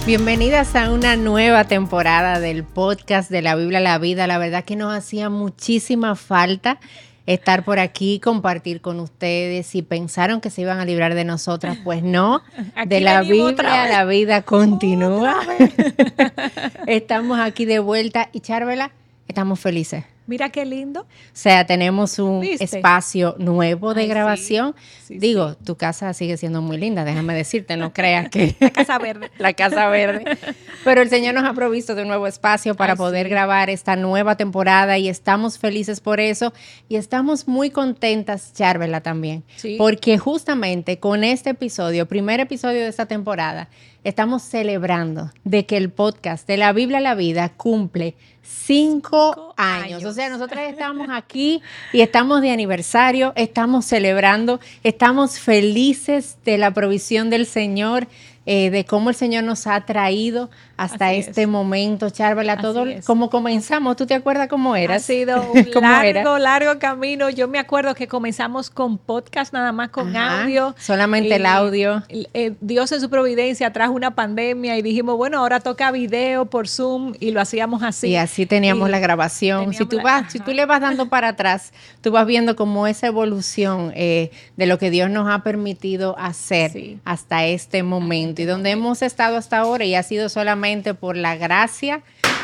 Bienvenidas a una nueva temporada del podcast de la Biblia a la Vida. La verdad que nos hacía muchísima falta estar por aquí, compartir con ustedes. Si pensaron que se iban a librar de nosotras, pues no. Aquí de la Biblia a la vida continúa. Estamos aquí de vuelta y Charvela, estamos felices. Mira qué lindo. O sea, tenemos un ¿Viste? espacio nuevo de grabación. Sí, Digo, sí. tu casa sigue siendo muy linda, déjame decirte, no creas que... La Casa Verde. La Casa Verde. Pero el Señor nos ha provisto de un nuevo espacio para poder grabar esta nueva temporada y estamos felices por eso y estamos muy contentas, Charvela, también. Sí. Porque justamente con este episodio, primer episodio de esta temporada, estamos celebrando de que el podcast de la Biblia a la Vida cumple 5 años. O sea, nosotros estamos aquí y estamos de aniversario, estamos celebrando, estamos felices de la provisión del Señor, de cómo el Señor nos ha traído hasta Así este es. momento, Charvela, todo Así es. como comenzamos. ¿Tú te acuerdas cómo era? Ha sido un ¿Cómo era? largo camino. Yo me acuerdo que comenzamos con podcast, nada más con Ajá, audio. solamente el audio. Dios en su providencia trajo una pandemia y dijimos, bueno, ahora toca video por Zoom y lo hacíamos así. Y así teníamos Y la grabación. Si teníamos tú le vas dando para atrás, tú vas viendo como esa evolución de lo que Dios nos ha permitido hacer Sí. hasta este momento y donde hemos estado hasta ahora y ha sido solamente por la gracia.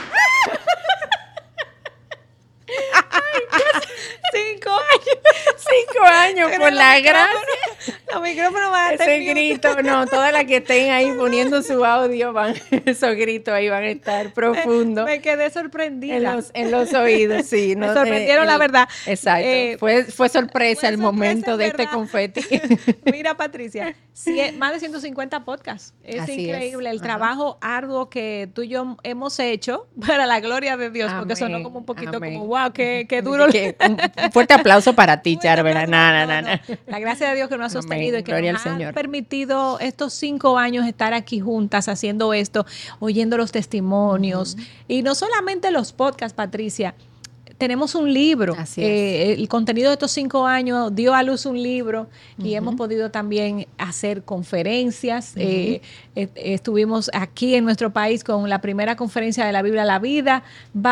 5 años. 5 años Pero por la gracia. Los micrófonos van a Ese tener grito, no, todas las que estén ahí poniendo su audio, esos gritos ahí van a estar profundos. Me quedé sorprendida. En los oídos, sí. Me sorprendieron, la verdad. Exacto. Fue sorpresa el momento de este ¿verdad? confeti. Mira, Patricia, más de 150 podcasts. Es Así increíble es. el Ajá. trabajo arduo que tú y yo hemos hecho para la gloria de Dios, porque sonó como un poquito Amén. como, wow, qué duro. Un fuerte aplauso para ti, Fuerte Charvela. aplauso. No. La gracia de Dios que nos ha sostenido Amén. y que Gloria nos al ha Señor. permitido estos 5 años estar aquí juntas haciendo esto, oyendo los testimonios. Y no solamente los podcasts, Patricia. Tenemos un libro. Así es. El contenido de estos 5 años dio a luz un libro y hemos podido también hacer conferencias. Estuvimos aquí en nuestro país con la primera conferencia de la Biblia a la Vida.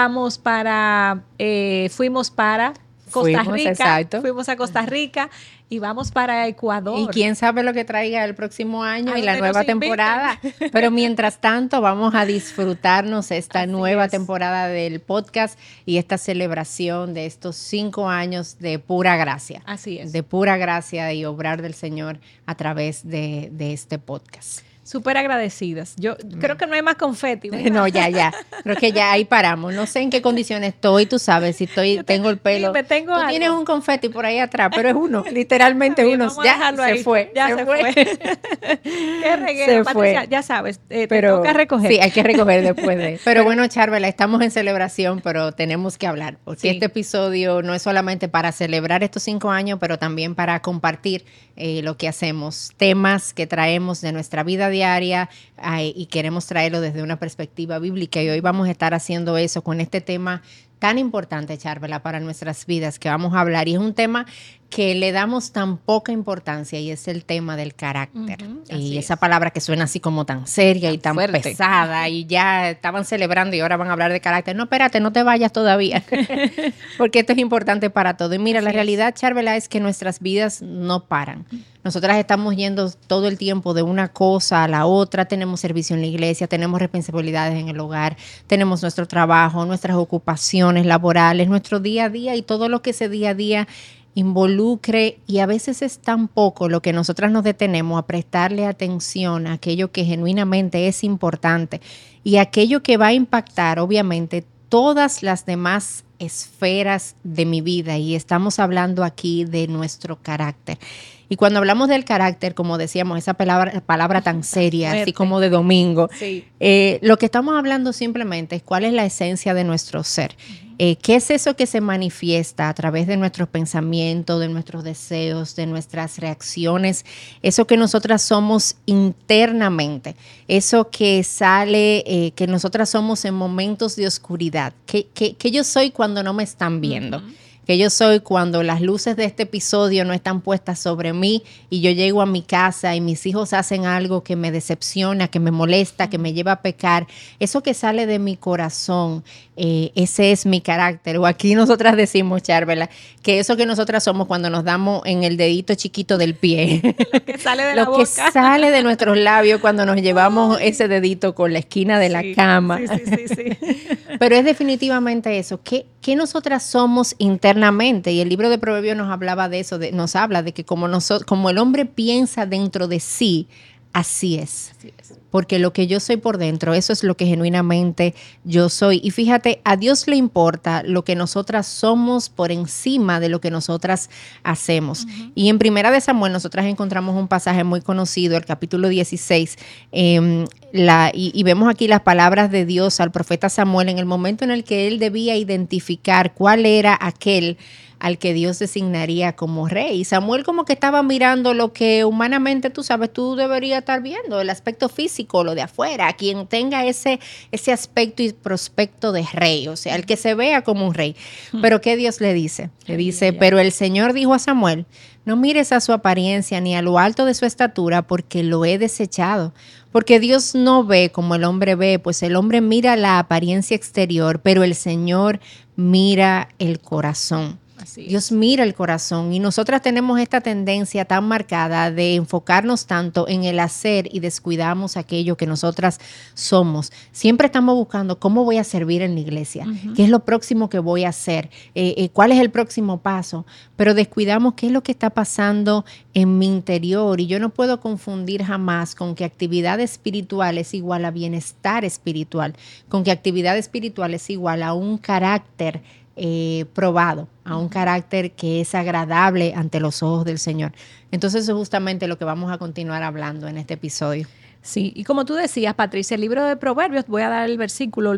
Fuimos para Costa Rica. Exacto. Fuimos a Costa Rica y vamos para Ecuador. Y quién sabe lo que traiga el próximo año A y la donde nueva nos inviten. temporada. Pero mientras tanto, vamos a disfrutarnos esta Así nueva es. temporada del podcast y esta celebración de estos 5 años de pura gracia. Así es. De pura gracia y obrar del Señor a través de este podcast. Súper agradecidas. Yo creo que no hay más confeti, ¿verdad? No, ya. Creo que ya ahí paramos. No sé en qué condiciones estoy, tú sabes, si tengo el pelo. Dime, tengo Tú algo. tienes un confeti por ahí atrás, pero es uno, literalmente Bien, uno. vamos a Ya dejarlo se ahí. fue. Ya se fue. Qué reguero, Se Patricia. fue. Ya sabes, te Pero toca recoger. sí, hay que recoger después de. Pero bueno, Charvela, estamos en celebración, pero tenemos que hablar, porque Sí. este episodio no es solamente para celebrar estos 5 años, pero también para compartir lo que hacemos, temas que traemos de nuestra vida diaria y queremos traerlo desde una perspectiva bíblica. Y hoy vamos a estar haciendo eso con este tema tan importante, Charvela, para nuestras vidas que vamos a hablar. Y es un tema que le damos tan poca importancia y es el tema del carácter. Así Y es. esa palabra que suena así como tan seria y tan fuerte. pesada y ya estaban celebrando y ahora van a hablar de carácter. No, espérate, no te vayas todavía, porque esto es importante para todo. Y mira, Así la es. realidad, Charvela, es que nuestras vidas no paran. Nosotras estamos yendo todo el tiempo de una cosa a la otra, tenemos servicio en la iglesia, tenemos responsabilidades en el hogar, tenemos nuestro trabajo, nuestras ocupaciones laborales, nuestro día a día y todo lo que ese día a día involucre, y a veces es tan poco lo que nosotras nos detenemos a prestarle atención a aquello que genuinamente es importante y aquello que va a impactar obviamente todas las demás esferas de mi vida, y estamos hablando aquí de nuestro carácter. Y cuando hablamos del carácter, como decíamos, esa palabra tan seria, así fuerte. como de domingo, Sí. lo que estamos hablando simplemente es cuál es la esencia de nuestro ser. ¿Qué es eso que se manifiesta a través de nuestros pensamientos, de nuestros deseos, de nuestras reacciones? Eso que nosotras somos internamente, eso que sale, que nosotras somos en momentos de oscuridad, que yo soy cuando no me están viendo. que yo soy cuando las luces de este episodio no están puestas sobre mí y yo llego a mi casa y mis hijos hacen algo que me decepciona, que me molesta, que me lleva a pecar. Eso que sale de mi corazón, ese es mi carácter. O aquí nosotras decimos, Charvela, que eso que nosotras somos cuando nos damos en el dedito chiquito del pie. Lo que sale de la boca. Lo que sale de nuestros labios cuando nos llevamos ese dedito con la esquina de la cama. Sí. Pero es definitivamente eso. ¿Qué nosotras somos internamente? Y el libro de Proverbios nos hablaba de eso, nos habla de que como el hombre piensa dentro de sí, así es. Porque lo que yo soy por dentro, eso es lo que genuinamente yo soy. Y fíjate, a Dios le importa lo que nosotras somos por encima de lo que nosotras hacemos. Uh-huh. Y en Primera de Samuel nosotras encontramos un pasaje muy conocido, el capítulo 16, y vemos aquí las palabras de Dios al profeta Samuel en el momento en el que él debía identificar cuál era aquel al que Dios designaría como rey. Y Samuel como que estaba mirando lo que humanamente, tú sabes, tú deberías estar viendo, el aspecto físico, lo de afuera, quien tenga ese aspecto y prospecto de rey, o sea, el que se vea como un rey. Pero ¿qué Dios le dice? Le dice, pero el Señor dijo a Samuel, no mires a su apariencia ni a lo alto de su estatura, porque lo he desechado. Porque Dios no ve como el hombre ve, pues el hombre mira la apariencia exterior, pero el Señor mira el corazón. Dios mira el corazón y nosotras tenemos esta tendencia tan marcada de enfocarnos tanto en el hacer y descuidamos aquello que nosotras somos. Siempre estamos buscando cómo voy a servir en la iglesia, uh-huh. qué es lo próximo que voy a hacer, cuál es el próximo paso, pero descuidamos qué es lo que está pasando en mi interior y yo no puedo confundir jamás con que actividad espiritual es igual a bienestar espiritual, con que actividad espiritual es igual a un carácter probado, a un carácter que es agradable ante los ojos del Señor. Entonces eso es justamente lo que vamos a continuar hablando en este episodio. Sí, y como tú decías, Patricia, el libro de Proverbios, voy a dar el versículo, el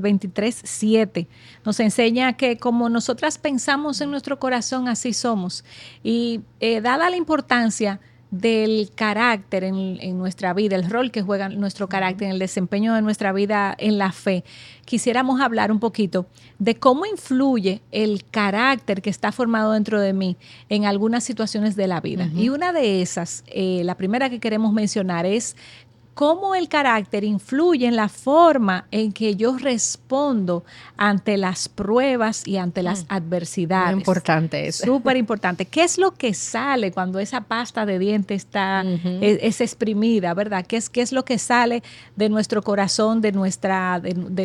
23:7, nos enseña que como nosotras pensamos en nuestro corazón, así somos. Y dada la importancia del carácter en nuestra vida, el rol que juega nuestro carácter en el desempeño de nuestra vida en la fe, quisiéramos hablar un poquito de cómo influye el carácter que está formado dentro de mí en algunas situaciones de la vida. Uh-huh. Y una de esas, la primera que queremos mencionar es cómo el carácter influye en la forma en que yo respondo ante las pruebas y ante las adversidades. Muy importante eso. Súper importante. ¿Qué es lo que sale cuando esa pasta de dientes está es exprimida, verdad? ¿Qué es lo que sale de nuestro corazón, de nuestra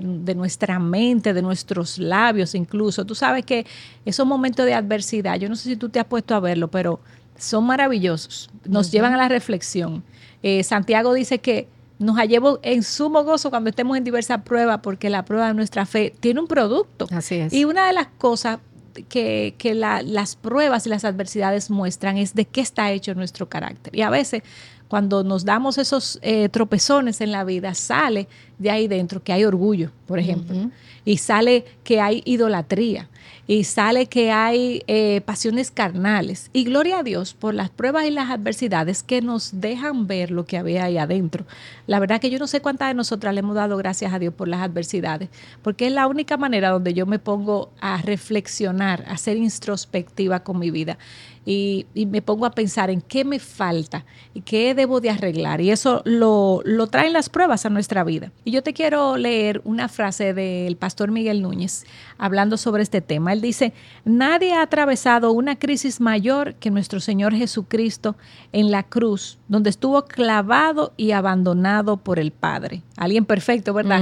mente, de nuestros labios incluso? Tú sabes que esos momentos de adversidad, yo no sé si tú te has puesto a verlo, pero son maravillosos. Nos llevan a la reflexión. Santiago dice que nos hallemos en sumo gozo cuando estemos en diversas pruebas, porque la prueba de nuestra fe tiene un producto. Así es. Y una de las cosas que las pruebas y las adversidades muestran es de qué está hecho nuestro carácter. Y a veces, cuando nos damos esos tropezones en la vida, sale de ahí dentro que hay orgullo, por ejemplo, y sale que hay idolatría, y sale que hay pasiones carnales. Y gloria a Dios por las pruebas y las adversidades que nos dejan ver lo que había ahí adentro. La verdad que yo no sé cuántas de nosotras le hemos dado gracias a Dios por las adversidades, porque es la única manera donde yo me pongo a reflexionar, a ser introspectiva con mi vida. Y me pongo a pensar en qué me falta y qué debo de arreglar. Y eso lo traen las pruebas a nuestra vida. Y yo te quiero leer una frase del pastor Miguel Núñez hablando sobre este tema. Él dice, nadie ha atravesado una crisis mayor que nuestro Señor Jesucristo en la cruz, donde estuvo clavado y abandonado por el Padre. Alguien perfecto, ¿verdad?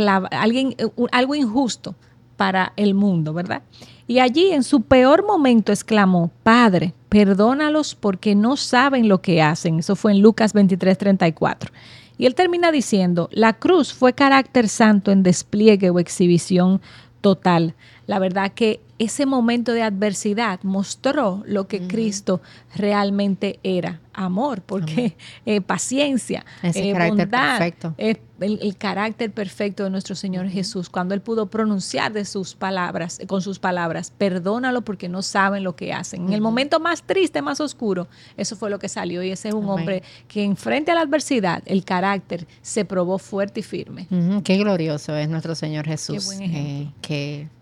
Algo injusto para el mundo, ¿verdad? Y allí en su peor momento exclamó, Padre, perdónalos porque no saben lo que hacen. Eso fue en Lucas 23:34. Y él termina diciendo, la cruz fue carácter santo en despliegue o exhibición total. La verdad que ese momento de adversidad mostró lo que Cristo realmente era. Amor, porque paciencia, ese carácter bondad, perfecto. El carácter perfecto de nuestro Señor Jesús, cuando Él pudo pronunciar con sus palabras, perdónalo porque no saben lo que hacen. En el momento más triste, más oscuro, eso fue lo que salió. Y ese es un hombre que enfrente a la adversidad, el carácter se probó fuerte y firme. Qué glorioso es nuestro Señor Jesús. Qué buen ejemplo.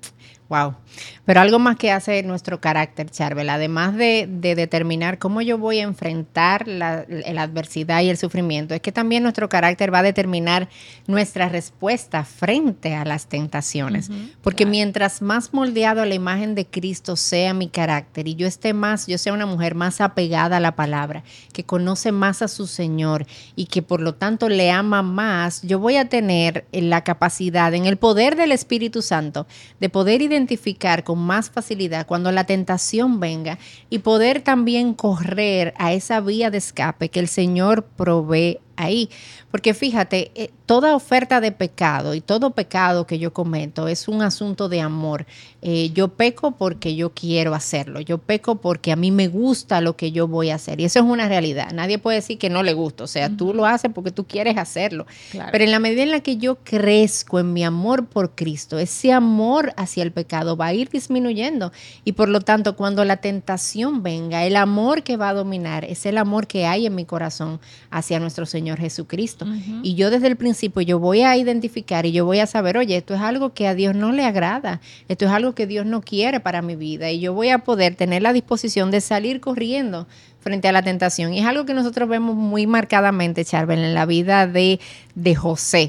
Wow. Pero algo más que hace nuestro carácter, Charbel, además de determinar cómo yo voy a enfrentar la adversidad y el sufrimiento, es que también nuestro carácter va a determinar nuestra respuesta frente a las tentaciones. Porque mientras más moldeado a la imagen de Cristo sea mi carácter y yo sea una mujer más apegada a la palabra, que conoce más a su Señor y que por lo tanto le ama más, yo voy a tener la capacidad, en el poder del Espíritu Santo, de poder identificar con más facilidad cuando la tentación venga y poder también correr a esa vía de escape que el Señor provee ahí. Porque fíjate, toda oferta de pecado y todo pecado que yo cometo es un asunto de amor. Yo peco porque yo quiero hacerlo, yo peco porque a mí me gusta lo que yo voy a hacer y eso es una realidad. Nadie puede decir que no le gusta, o sea, tú lo haces porque tú quieres hacerlo. Claro. Pero en la medida en la que yo crezco en mi amor por Cristo, ese amor hacia el pecado va a ir disminuyendo y por lo tanto cuando la tentación venga, el amor que va a dominar es el amor que hay en mi corazón hacia nuestro Señor Jesucristo. Y yo desde el principio yo voy a identificar y yo voy a saber, oye, esto es algo que a Dios no le agrada, esto es algo que Dios no quiere para mi vida y yo voy a poder tener la disposición de salir corriendo frente a la tentación. Y es algo que nosotros vemos muy marcadamente, Charbel, en la vida de José.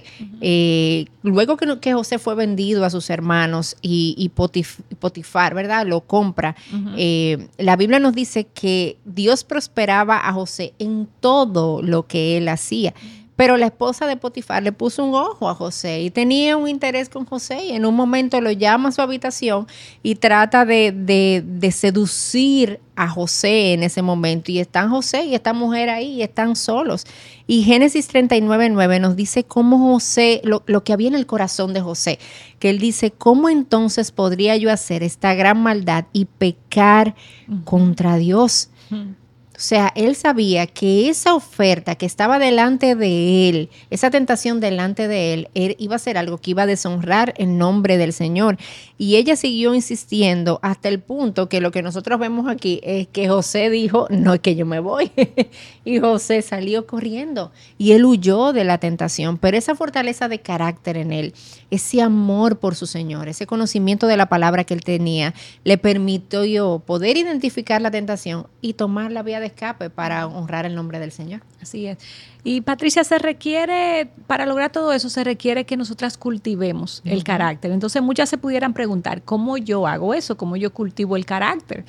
Luego que José fue vendido a sus hermanos y Potifar, ¿verdad? Lo compra. La Biblia nos dice que Dios prosperaba a José en todo lo que él hacía. Pero la esposa de Potifar le puso un ojo a José y tenía un interés con José y en un momento lo llama a su habitación y trata de seducir a José en ese momento. Y están José y esta mujer ahí y están solos. Y Génesis 39:9 nos dice cómo José, lo que había en el corazón de José, que él dice, ¿cómo entonces podría yo hacer esta gran maldad y pecar contra Dios? O sea, él sabía que esa oferta que estaba delante de él, esa tentación delante de él iba a ser algo que iba a deshonrar el nombre del Señor. Y ella siguió insistiendo hasta el punto que lo que nosotros vemos aquí es que José dijo, no, es que yo me voy. Y José salió corriendo y él huyó de la tentación. Pero esa fortaleza de carácter en él, ese amor por su Señor, ese conocimiento de la palabra que él tenía, le permitió poder identificar la tentación y tomar la vía de escape para honrar el nombre del Señor. Así es. Y Patricia, para lograr todo eso, se requiere que nosotras cultivemos el carácter. Entonces muchas se pudieran preguntar, ¿cómo yo hago eso? ¿Cómo yo cultivo el carácter?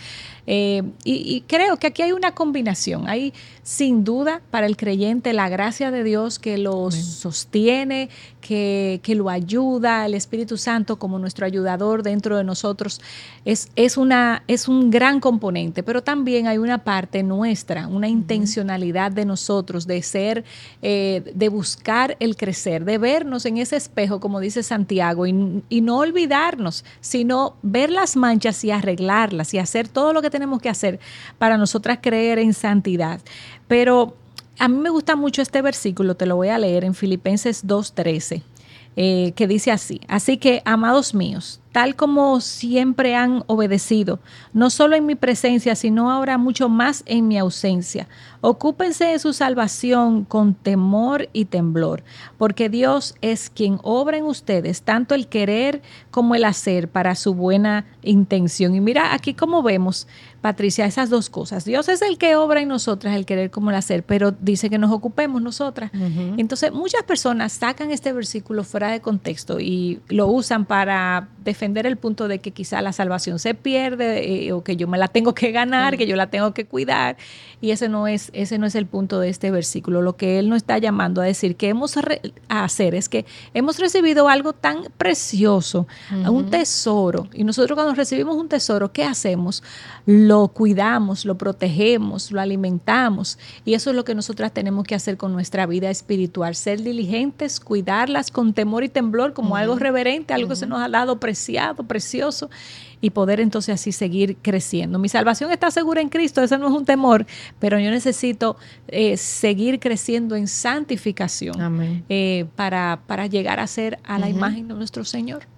Y creo que aquí hay una combinación. Hay sin duda para el creyente la gracia de Dios que lo sostiene, que lo ayuda, el Espíritu Santo como nuestro ayudador dentro de nosotros es un gran componente, pero también hay una parte nuestra, una intencionalidad de nosotros de ser, de buscar el crecer, de vernos en ese espejo, como dice Santiago, y no olvidarnos, sino ver las manchas y arreglarlas y hacer todo lo que tenemos que hacer para nosotras creer en santidad. Pero a mí me gusta mucho este versículo, te lo voy a leer en Filipenses 2:13, que dice así: así que, amados míos, tal como siempre han obedecido, no solo en mi presencia, sino ahora mucho más en mi ausencia, ocúpense de su salvación con temor y temblor, porque Dios es quien obra en ustedes tanto el querer como el hacer para su buena intención. Y mira, aquí como vemos, Patricia, esas dos cosas. Dios es el que obra en nosotras, el querer como el hacer, pero dice que nos ocupemos nosotras. Entonces, muchas personas sacan este versículo fuera de contexto y lo usan para defender el punto de que quizá la salvación se pierde o que yo me la tengo que ganar, que yo la tengo que cuidar, y ese no es el punto de este versículo. Lo que él nos está llamando a decir que es que hemos recibido algo tan precioso, un tesoro, y nosotros cuando recibimos un tesoro, ¿qué hacemos? Lo cuidamos, lo protegemos, lo alimentamos, y eso es lo que nosotras tenemos que hacer con nuestra vida espiritual, ser diligentes, cuidarlas con temor y temblor como algo reverente, algo que se nos ha dado preciado, precioso, y poder entonces así seguir creciendo. Mi salvación está segura en Cristo, ese no es un temor, pero yo necesito seguir creciendo en santificación para llegar a ser a la imagen de nuestro Señor.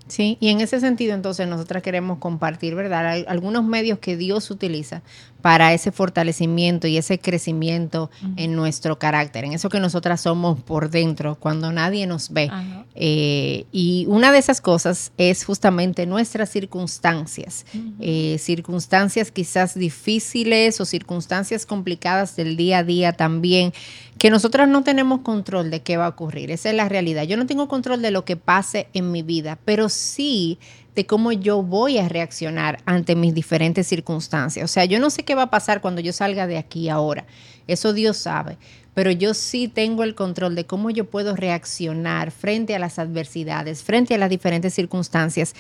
Sí, y en ese sentido entonces nosotras queremos compartir, ¿verdad? Algunos medios que Dios utiliza para ese fortalecimiento y ese crecimiento en nuestro carácter, en eso que nosotras somos por dentro, cuando nadie nos ve. Y una de esas cosas es justamente nuestras circunstancias, circunstancias quizás difíciles o circunstancias complicadas del día a día también, que nosotras no tenemos control de qué va a ocurrir. Esa es la realidad. Yo no tengo control de lo que pase en mi vida, pero sí de cómo yo voy a reaccionar ante mis diferentes circunstancias. O sea, yo no sé qué va a pasar cuando yo salga de aquí ahora. Eso Dios sabe. Pero yo sí tengo el control de cómo yo puedo reaccionar frente a las adversidades, frente a las diferentes circunstancias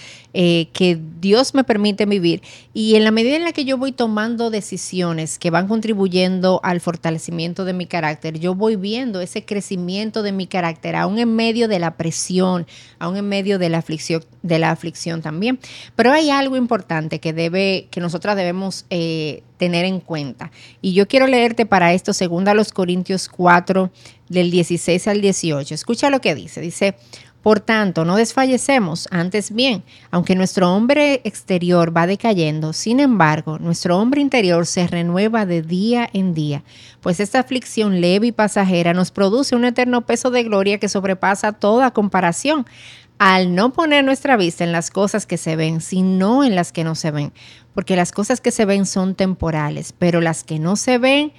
que Dios me permite vivir. Y en la medida en la que yo voy tomando decisiones que van contribuyendo al fortalecimiento de mi carácter, yo voy viendo ese crecimiento de mi carácter, aún en medio de la presión, aún en medio de la aflicción también. Pero hay algo importante que nosotras debemos tener en cuenta. Y yo quiero leerte para esto 2 Corintios 4, del 16 al 18. Escucha lo que dice. Dice: por tanto, no desfallecemos, antes bien, aunque nuestro hombre exterior va decayendo, sin embargo, nuestro hombre interior se renueva de día en día, pues esta aflicción leve y pasajera nos produce un eterno peso de gloria que sobrepasa toda comparación, al no poner nuestra vista en las cosas que se ven, sino en las que no se ven. Porque las cosas que se ven son temporales, pero las que no se ven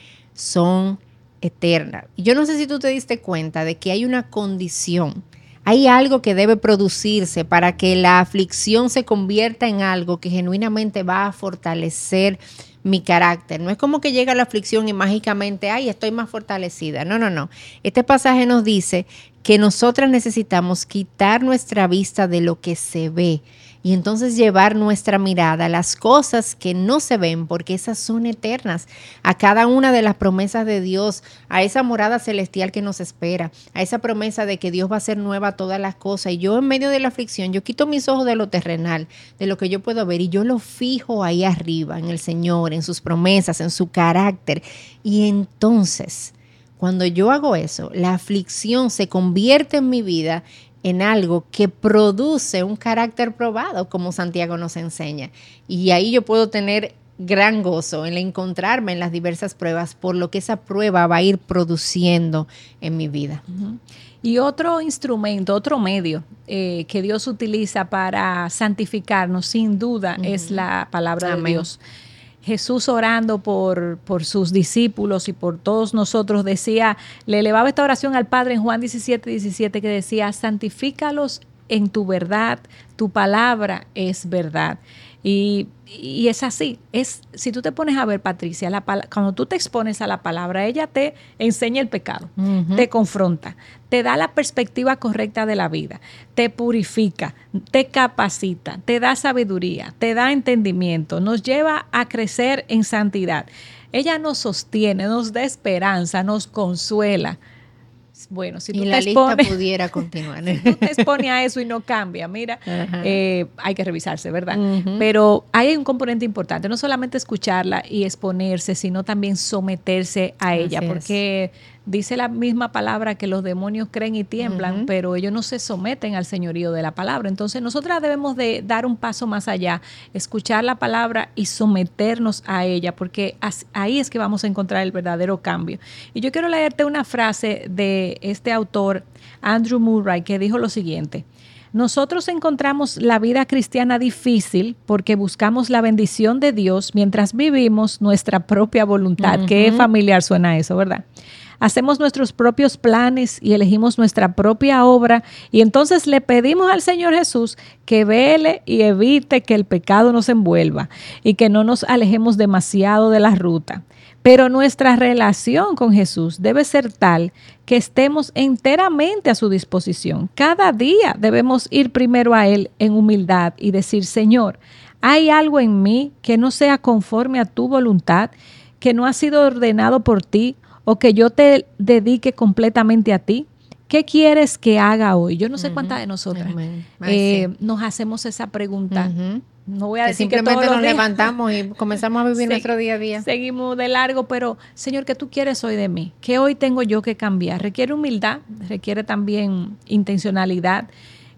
son eternas. Y yo no sé si tú te diste cuenta de que hay una condición, hay algo que debe producirse para que la aflicción se convierta en algo que genuinamente va a fortalecer mi carácter. No es como que llega la aflicción y mágicamente, ay, estoy más fortalecida. No, no, no. Este pasaje nos dice que nosotras necesitamos quitar nuestra vista de lo que se ve y entonces llevar nuestra mirada a las cosas que no se ven, porque esas son eternas, a cada una de las promesas de Dios, a esa morada celestial que nos espera, a esa promesa de que Dios va a hacer nueva todas las cosas. Y yo en medio de la aflicción, yo quito mis ojos de lo terrenal, de lo que yo puedo ver, y yo lo fijo ahí arriba, en el Señor, en sus promesas, en su carácter. Y entonces, cuando yo hago eso, la aflicción se convierte en mi vida en algo que produce un carácter probado, como Santiago nos enseña. Y ahí yo puedo tener gran gozo en encontrarme en las diversas pruebas, por lo que esa prueba va a ir produciendo en mi vida. Y otro instrumento, otro medio que Dios utiliza para santificarnos, sin duda, es la palabra de Dios. Jesús, orando por sus discípulos y por todos nosotros, decía, le elevaba esta oración al Padre en Juan 17, que decía: santifícalos en tu verdad, tu palabra es verdad. Y es así. Si tú te pones a ver, Patricia, cuando tú te expones a la palabra, ella te enseña el pecado, te confronta, te da la perspectiva correcta de la vida, te purifica, te capacita, te da sabiduría, te da entendimiento, nos lleva a crecer en santidad. Ella nos sostiene, nos da esperanza, nos consuela. Bueno, si tú la lista pudiera continuar. Si tú te expones a eso y no cambia, mira, hay que revisarse, ¿verdad? Pero hay un componente importante, no solamente escucharla y exponerse, sino también someterse a ella, porque dice la misma palabra que los demonios creen y tiemblan, pero ellos no se someten al señorío de la palabra. Entonces nosotras debemos de dar un paso más allá, escuchar la palabra y someternos a ella, porque ahí es que vamos a encontrar el verdadero cambio. Y yo quiero leerte una frase de este autor, Andrew Murray, que dijo lo siguiente: nosotros encontramos la vida cristiana difícil porque buscamos la bendición de Dios mientras vivimos nuestra propia voluntad. Qué familiar suena eso, ¿verdad? Hacemos nuestros propios planes y elegimos nuestra propia obra, y entonces le pedimos al Señor Jesús que vele y evite que el pecado nos envuelva y que no nos alejemos demasiado de la ruta. Pero nuestra relación con Jesús debe ser tal que estemos enteramente a su disposición. Cada día debemos ir primero a Él en humildad y decir: Señor, ¿hay algo en mí que no sea conforme a tu voluntad, que no ha sido ordenado por ti, o que yo te dedique completamente a ti? ¿Qué quieres que haga hoy? Yo no sé cuántas de nosotras nos hacemos esa pregunta. No voy a decir que simplemente todos los días nos levantamos y comenzamos a vivir nuestro día a día. Seguimos de largo, pero Señor, ¿qué tú quieres hoy de mí? ¿Qué hoy tengo yo que cambiar? Requiere humildad, requiere también intencionalidad.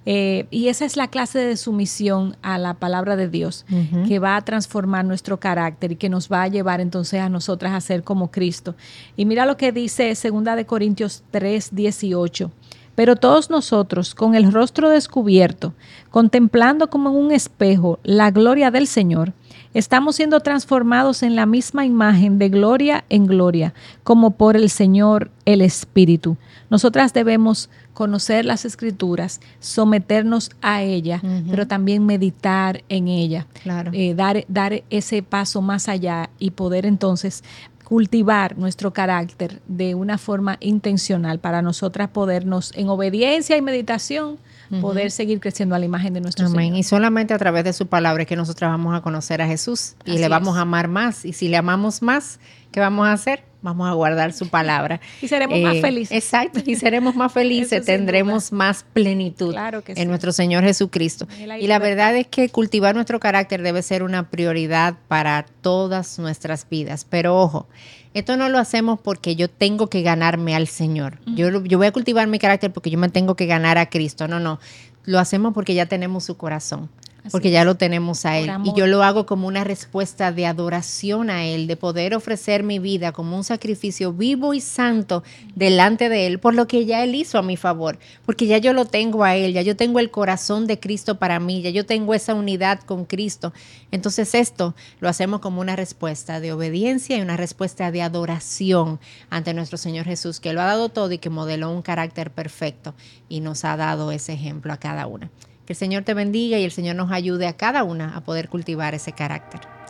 Y esa es la clase de sumisión a la palabra de Dios, que va a transformar nuestro carácter y que nos va a llevar entonces a nosotras a ser como Cristo. Y mira lo que dice 2 Corintios 3:18. Pero todos nosotros, con el rostro descubierto, contemplando como en un espejo la gloria del Señor, estamos siendo transformados en la misma imagen de gloria en gloria, como por el Señor el Espíritu. Nosotras debemos conocer las Escrituras, someternos a ella, pero también meditar en ella, Claro. dar ese paso más allá y poder entonces cultivar nuestro carácter de una forma intencional para nosotras podernos, en obediencia y meditación, poder seguir creciendo a la imagen de nuestro Amén. Señor. Y solamente a través de su palabra es que nosotros vamos a conocer a Jesús y Así le vamos es. a amar más. Y si le amamos más, ¿qué vamos a hacer? Vamos a guardar su palabra. Y seremos más felices. Exacto, y seremos más felices, Eso sin tendremos duda. más plenitud Claro que en sí. nuestro Señor Jesucristo. Y la Y la libertad. verdad es que cultivar nuestro carácter debe ser una prioridad para todas nuestras vidas. Pero ojo, esto no lo hacemos porque yo tengo que ganarme al Señor. Yo voy a cultivar mi carácter porque yo me tengo que ganar a Cristo. No. Lo hacemos porque ya tenemos su corazón. Así Porque es. ya lo tenemos a Por Él. Y amor. yo lo hago como una respuesta de adoración a Él, de poder ofrecer mi vida como un sacrificio vivo y santo delante de Él, por lo que ya Él hizo a mi favor. Porque ya yo lo tengo a Él, ya yo tengo el corazón de Cristo para mí, ya yo tengo esa unidad con Cristo. Entonces esto lo hacemos como una respuesta de obediencia y una respuesta de adoración ante nuestro Señor Jesús, que lo ha dado todo y que modeló un carácter perfecto y nos ha dado ese ejemplo a cada una. Que el Señor te bendiga y el Señor nos ayude a cada una a poder cultivar ese carácter.